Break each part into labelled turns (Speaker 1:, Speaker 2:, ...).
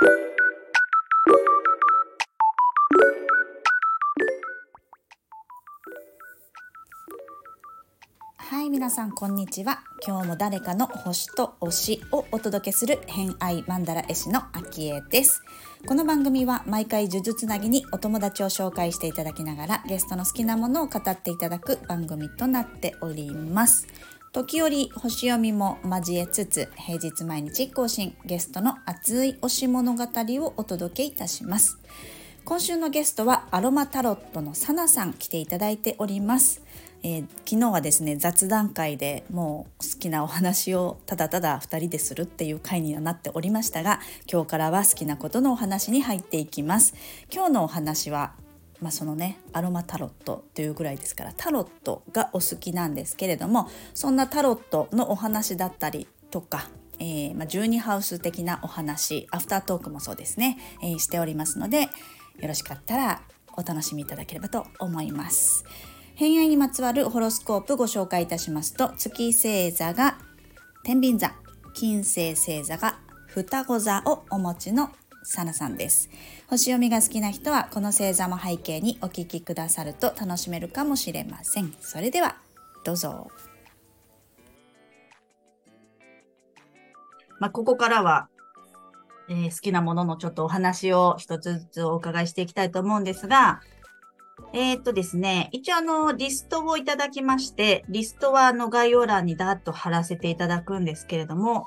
Speaker 1: はい、皆さんこんにちは。今日も誰かの星と推しをお届けする偏愛マンダラ絵師のあきえです。この番組は毎回呪術つなぎにお友達を紹介していただきながらゲストの好きなものを語っていただく番組となっております。時折星読みも交えつつ平日毎日更新、ゲストの熱い推し物語をお届けいたします。今週のゲストはアロマタロットのサナさん来ていただいております。昨日はですね、雑談会でもう好きなお話をただただ2人でするっていう回にはなっておりましたが、今日からは好きなことのお話に入っていきます。今日のお話は、そのねアロマタロットというぐらいですからタロットがお好きなんですけれども、そんなタロットのお話だったりとか、12ハウス的なお話、アフタートークもそうですね、しておりますので、よろしかったらお楽しみいただければと思います。偏愛にまつわるホロスコープご紹介いたしますと、月星座が天秤座、金星星座が双子座をお持ちのサナさんです。星読みが好きな人はこの星座も背景にお聞きくださると楽しめるかもしれません。それではどうぞ。ここからは、好きなもののちょっとお話を一つずつお伺いしていきたいと思うんですが、ですね、一応リストをいただきまして、リストは概要欄にダーッと貼らせていただくんですけれども、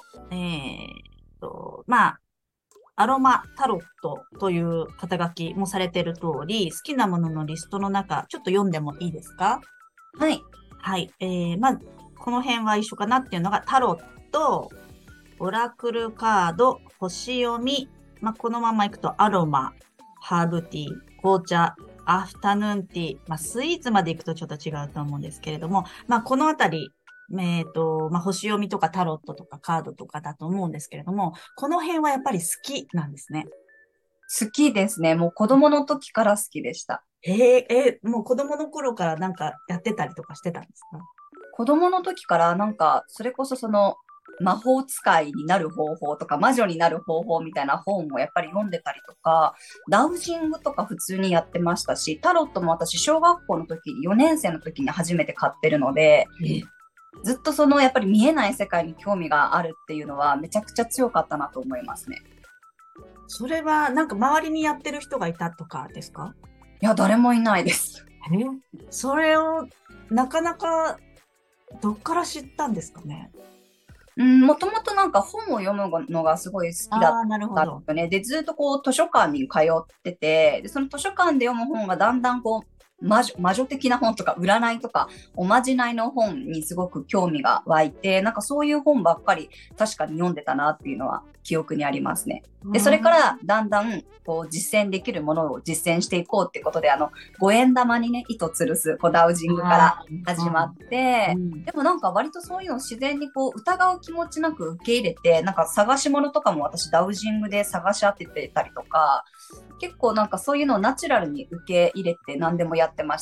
Speaker 1: アロマタロットという肩書きもされている通り、好きなもののリストの中、ちょっと読んでもいいですか？
Speaker 2: はい。
Speaker 1: はい。この辺は一緒かなっていうのが、タロット、オラクルカード、星読み、このままいくとアロマ、ハーブティー、紅茶、アフタヌーンティー、スイーツまでいくとちょっと違うと思うんですけれども、このあたり、星読みとかタロットとかカードとかだと思うんですけれども、この辺はやっぱり好きなんですね。
Speaker 2: 好きですね。もう子供の時から好きでした。
Speaker 1: もう子供の頃からなんかやってたりとかしてたんですか？
Speaker 2: 子供の時からそれこそ魔法使いになる方法とか魔女になる方法みたいな本をやっぱり読んでたりとか、ダウジングとか普通にやってましたし、タロットも私小学校の時、4年生の時に初めて買ってるので、ずっとやっぱり見えない世界に興味があるっていうのはめちゃくちゃ強かったなと思いますね。
Speaker 1: それはなんか周りにやってる人がいたとかですか？
Speaker 2: いや、誰もいないです。
Speaker 1: それをなかなかどっから知ったんですかね？
Speaker 2: もともと本を読むのがすごい好きだったんですよね。で、ずっと図書館に通ってて、で、その図書館で読む本がだんだん魔女的な本とか占いとかおまじないの本にすごく興味が湧いて、そういう本ばっかり確かに読んでたなっていうのは記憶にありますね。で、それからだんだん実践できるものを実践していこうっていうことで、五円玉にね、糸吊るすダウジングから始まって、でも割とそういうのを自然に疑う気持ちなく受け入れて、探し物とかも私ダウジングで探し当ててたりとか、結構そういうのをナチュラルに受け入れて何でもやってました。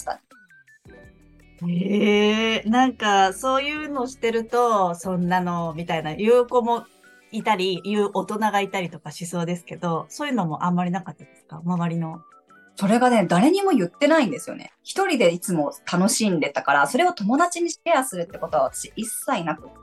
Speaker 1: なんかそういうのしてると、そんなのみたいな言う子もいたり、言う大人がいたりとかしそうですけど、そういうのもあんまりなかったですか？周りの。
Speaker 2: それがね、誰にも言ってないんですよね。一人でいつも楽しんでたから、それを友達にシェアするってことは私一切なくって。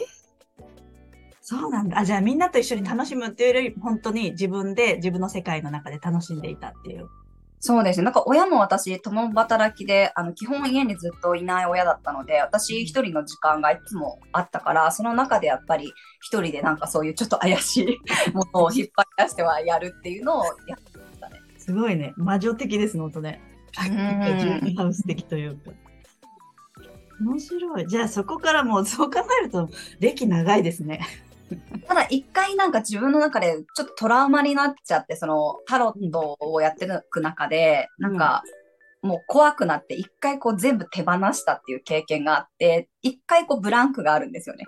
Speaker 1: そうなんだ。じゃあみんなと一緒に楽しむっていうより、本当に自分で自分の世界の中で楽しんでいたっていう。
Speaker 2: そうですね。親も私、共働きで、基本家にずっといない親だったので、私一人の時間がいつもあったから、その中でやっぱり一人でそういうちょっと怪しいものを引っ張り出してはやるっていうのをやってましたね。
Speaker 1: すごいね。魔女的ですね、本当ね。ハウス的というか。面白い。じゃあそこからもうそう考えると歴長いですね。
Speaker 2: ただ一回自分の中でちょっとトラウマになっちゃって、タロットをやってる中で、もう怖くなって一回全部手放したっていう経験があって、一回ブランクがあるんですよね。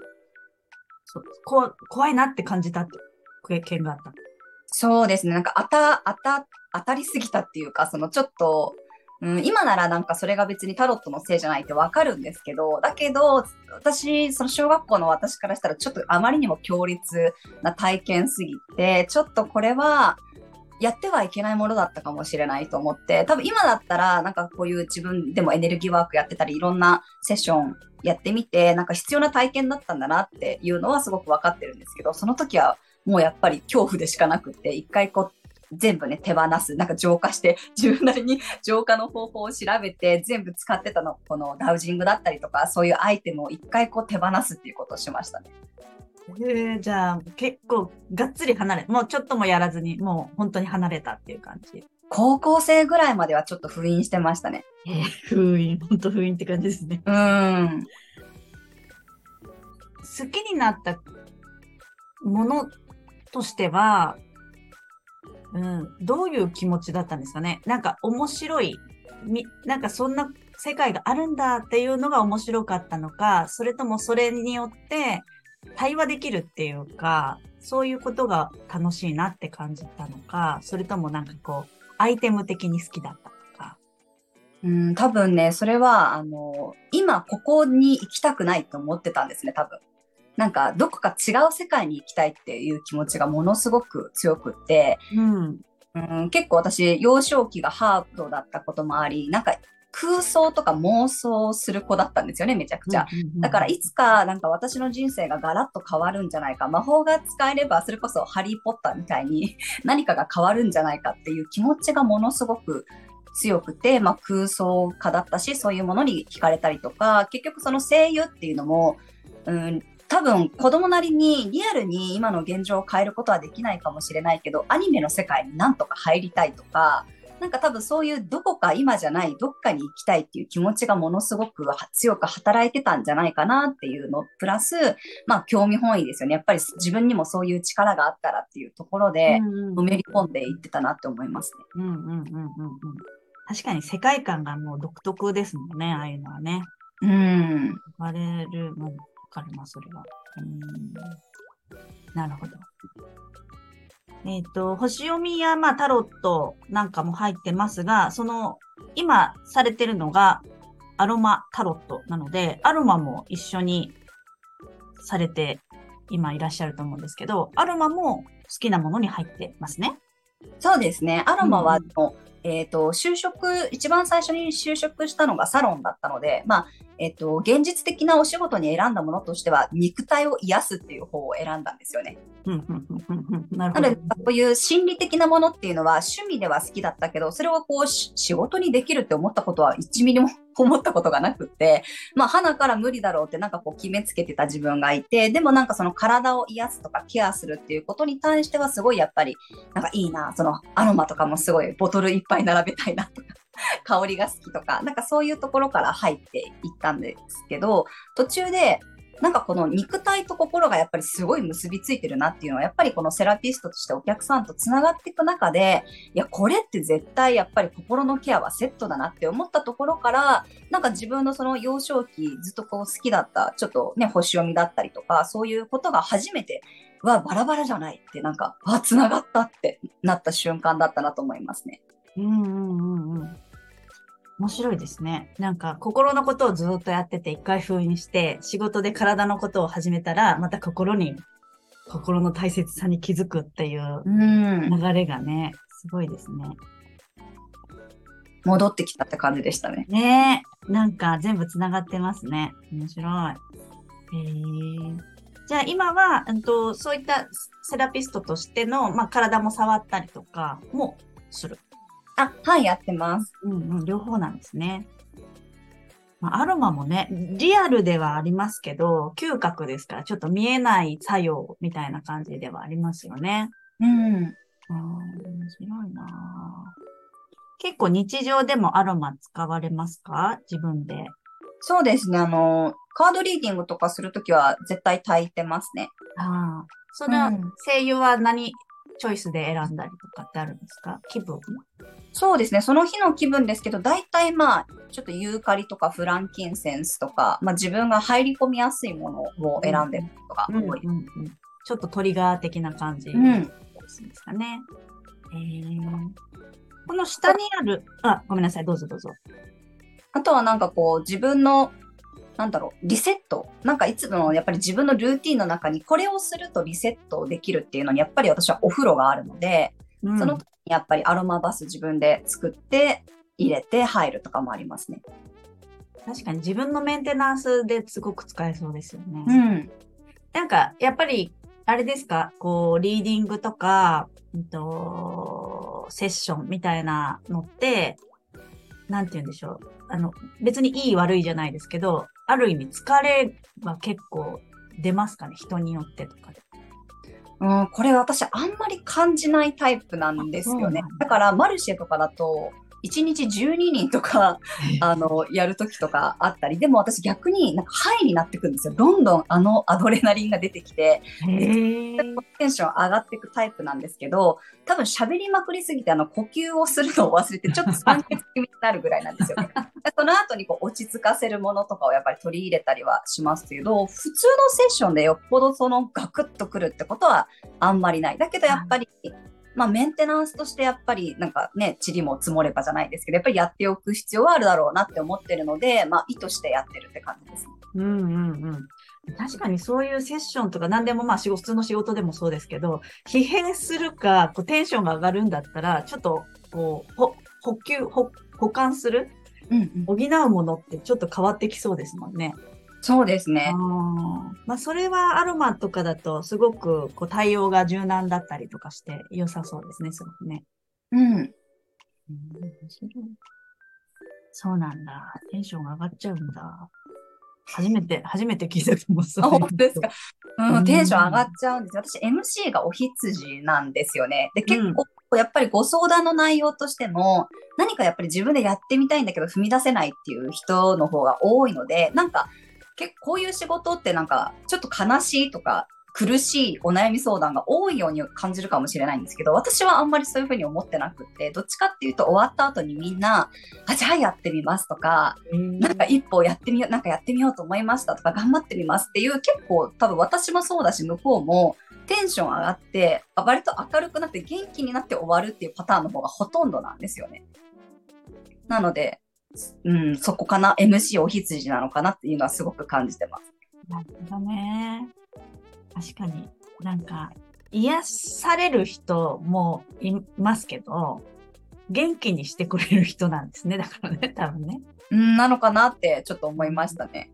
Speaker 1: 怖いなって感じたって経験があった。
Speaker 2: そうですね。当たりすぎたっていうか、ちょっと、 今ならなんかそれが別にタロットのせいじゃないってわかるんですけど、だけど、私、その小学校の私からしたらちょっとあまりにも強烈な体験すぎて、ちょっとこれはやってはいけないものだったかもしれないと思って、多分今だったらなんかこういう自分でもエネルギーワークやってたり、いろんなセッションやってみて、なんか必要な体験だったんだなっていうのはすごくわかってるんですけど、その時はもうやっぱり恐怖でしかなくって、一回こう、全部ね、手放す。なんか浄化して、自分なりに浄化の方法を調べて、全部使ってたの、このダウジングだったりとか、そういうアイテムを一回こう手放すっていうことをしましたね。
Speaker 3: じゃあ結構がっつり離れ、もうちょっともやらずに、もう本当に離れたっていう感じ。
Speaker 2: 高校生ぐらいまではちょっと封印してましたね。
Speaker 3: 封印、本当封印って感じですね。好きになったものとしては、どういう気持ちだったんですかね。なんか面白い、なんかそんな世界があるんだっていうのが面白かったのか、それともそれによって対話できるっていうか、そういうことが楽しいなって感じたのか、それともなんかこう、アイテム的に好きだったとか。
Speaker 2: 多分ね、それは、今ここに行きたくないと思ってたんですね、多分。なんか、どこか違う世界に行きたいっていう気持ちがものすごく強くって、結構私、幼少期がハードだったこともあり、なんか空想とか妄想する子だったんですよね、めちゃくちゃ。だからいつかなんか私の人生がガラッと変わるんじゃないか、魔法が使えればそれこそハリーポッターみたいに何かが変わるんじゃないかっていう気持ちがものすごく強くて、空想家だったし、そういうものに惹かれたりとか、結局その声優っていうのも、多分子供なりにリアルに今の現状を変えることはできないかもしれないけど、アニメの世界になんとか入りたいとか、なんか多分そういうどこか今じゃないどっかに行きたいっていう気持ちがものすごく強く働いてたんじゃないかなっていうのプラス、興味本位ですよね。やっぱり自分にもそういう力があったらっていうところで、のめり込んでいってたなって思いますね。
Speaker 3: 確かに世界観がもう独特ですもんね、ああいうのはね。
Speaker 2: 言
Speaker 3: われる、わかるな、それは。なるほど。星読みや、タロットなんかも入ってますが、今されてるのがアロマタロットなので、アロマも一緒にされて今いらっしゃると思うんですけど、アロマも好きなものに入ってますね。
Speaker 2: そうですね。アロマは、一番最初に就職したのがサロンだったので、現実的なお仕事に選んだものとしては、肉体を癒すっていう方を選んだんですよね。なので、こういう心理的なものっていうのは趣味では好きだったけど、それをこう仕事にできるって思ったことは1ミリも思ったことがなくって、鼻から無理だろうってなんかこう決めつけてた自分がいて、でもなんかその体を癒すとかケアするっていうことに対してはすごいやっぱり、なんかいいな、そのアロマとかもすごいボトルいっぱい並べたいなとか、香りが好きとか、なんかそういうところから入っていったんですけど、途中で、なんかこの肉体と心がやっぱりすごい結びついてるなっていうのはやっぱりこのセラピストとしてお客さんとつながっていく中で、いやこれって絶対やっぱり心のケアはセットだなって思ったところから、なんか自分のその幼少期ずっとこう好きだったちょっとね星読みだったりとかそういうことが初めてバラバラじゃないってなんかつながったってなった瞬間だったなと思いますね。
Speaker 3: 面白いですね。なんか心のことをずっとやってて一回封印して仕事で体のことを始めたらまた心の大切さに気づくっていう流れがね、すごいですね。
Speaker 2: 戻ってきたって感じでしたね。
Speaker 3: ねえ、なんか全部つながってますね。面白い。じゃあ今は、そういったセラピストとしての、体も触ったりとかもする。
Speaker 2: はい、やってます。
Speaker 3: 両方なんですね。アロマもね、リアルではありますけど、嗅覚ですから、ちょっと見えない作用みたいな感じではありますよね。面白いなぁ。結構日常でもアロマ使われますか？自分で。
Speaker 2: そうですね。カードリーディングとかするときは絶対炊いてますね。
Speaker 3: それは、声優は何チョイスで選んだりとかってあるんですか？気分？
Speaker 2: そうですね。その日の気分ですけど、大体ちょっとユーカリとかフランキンセンスとか、自分が入り込みやすいものを選んでることが多い。
Speaker 3: ちょっとトリガー的な感じですかね。 この下にある、ごめんなさい、どうぞどうぞ。
Speaker 2: あとはなんかこう自分のなんだろう、リセット。なんかいつものやっぱり自分のルーティンの中にこれをするとリセットできるっていうのにやっぱり私はお風呂があるので、その時にやっぱりアロマバス自分で作って入れて入るとかもありますね。
Speaker 3: 確かに自分のメンテナンスですごく使えそうですよね。なんかやっぱりあれですか、こうリーディングとか、セッションみたいなのって、なんて言うんでしょう。別にいい悪いじゃないですけど、ある意味疲れは結構出ますかね、人によってとかで。
Speaker 2: これ私あんまり感じないタイプなんですよね。だからマルシェとかだと、1日12人とか、やるときとかあったり、でも私逆になんかハイになってくるんですよ。どんどんアドレナリンが出てきて、テンション上がっていくタイプなんですけど、多分喋りまくりすぎて呼吸をするのを忘れてちょっと酸欠気味になるぐらいなんですよね。その後にこう落ち着かせるものとかをやっぱり取り入れたりはしますけど、普通のセッションでよっぽどガクッとくるってことはあんまりない。だけどやっぱり、メンテナンスとしてやっぱりなんかね、塵も積もればじゃないですけど、やっぱりやっておく必要はあるだろうなって思ってるので、意図してやってるって感じですね。
Speaker 3: 確かにそういうセッションとか何でも普通の仕事でもそうですけど、疲弊するか、テンションが上がるんだったら、ちょっと補完する、補うものってちょっと変わってきそうですもんね。
Speaker 2: そうですね。
Speaker 3: それはアロマとかだとすごく対応が柔軟だったりとかして良さそうですね、すごくね。そうなんだ。テンションが上がっちゃうんだ。初めて聞いたと思う。
Speaker 2: 本当ですか。テンション上がっちゃうんです。私 MC がお羊なんですよね。で、結構やっぱりご相談の内容としても、何かやっぱり自分でやってみたいんだけど踏み出せないっていう人の方が多いので、なんか結構こういう仕事ってなんかちょっと悲しいとか苦しいお悩み相談が多いように感じるかもしれないんですけど、私はあんまりそういうふうに思ってなくって、どっちかっていうと終わった後にみんな、じゃあやってみますとか、なんか一歩やってみようと思いましたとか、頑張ってみますっていう、結構多分私もそうだし、向こうもテンション上がって、割と明るくなって元気になって終わるっていうパターンの方がほとんどなんですよね。なので、そこかな、MC お羊なのかなっていうのはすごく感じてます。
Speaker 3: なるほどね。確かになんか癒される人もいますけど、元気にしてくれる人なんですね。だからね、多分ね。
Speaker 2: なのかなってちょっと思いましたね。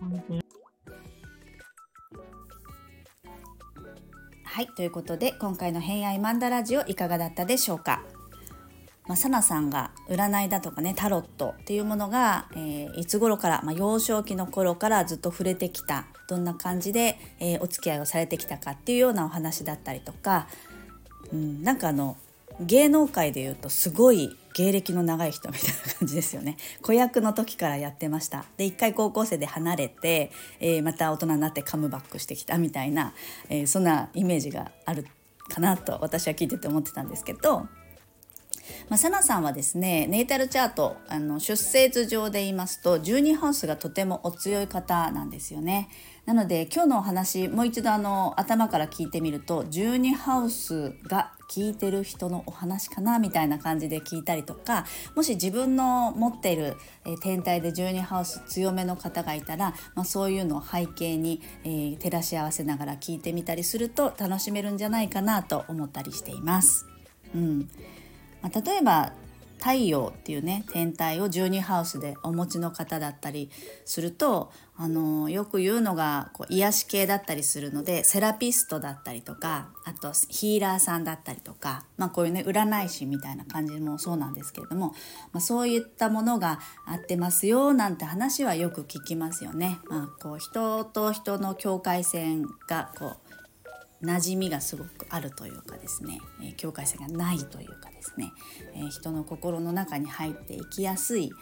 Speaker 1: はい、ということで今回の偏愛マンダラジオいかがだったでしょうか。サナさんが占いだとかね、タロットっていうものが、いつ頃から、幼少期の頃からずっと触れてきた、どんな感じで、お付き合いをされてきたかっていうようなお話だったりとか、なんか芸能界でいうとすごい芸歴の長い人みたいな感じですよね。子役の時からやってました。で、一回高校生で離れて、また大人になってカムバックしてきたみたいな、そんなイメージがあるかなと私は聞いてて思ってたんですけど、サナさんはですね、ネイタルチャート、出生図上で言いますと12ハウスがとてもお強い方なんですよね。なので今日のお話もう一度頭から聞いてみると、12ハウスが聞いてる人のお話かなみたいな感じで聞いたりとか、もし自分の持っている天体で12ハウス強めの方がいたら、そういうのを背景に、照らし合わせながら聞いてみたりすると楽しめるんじゃないかなと思ったりしています。例えば太陽っていうね、天体を12ハウスでお持ちの方だったりすると、よく言うのが癒し系だったりするので、セラピストだったりとか、あとヒーラーさんだったりとか、こういうね、占い師みたいな感じもそうなんですけれども、そういったものがあってますよなんて話はよく聞きますよね。人と人の境界線が馴染みがすごくあるというかですね、境界線がないというかですね、人の心の中に入っていきやすい、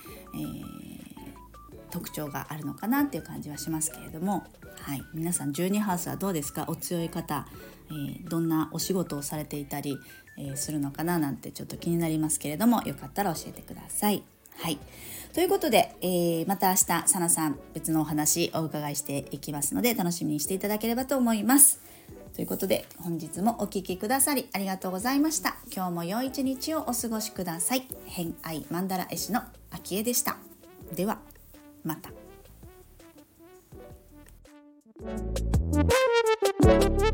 Speaker 1: 特徴があるのかなっていう感じはしますけれども、皆さん12ハウスはどうですか？お強い方、どんなお仕事をされていたり、するのかななんてちょっと気になりますけれども、よかったら教えてください。ということで、また明日サナさん別のお話お伺いしていきますので、楽しみにしていただければと思います。 ということで本日もお聞きくださりありがとうございました。今日も良い一日をお過ごしください。偏愛マンダラ絵師のあきえでした。ではまた。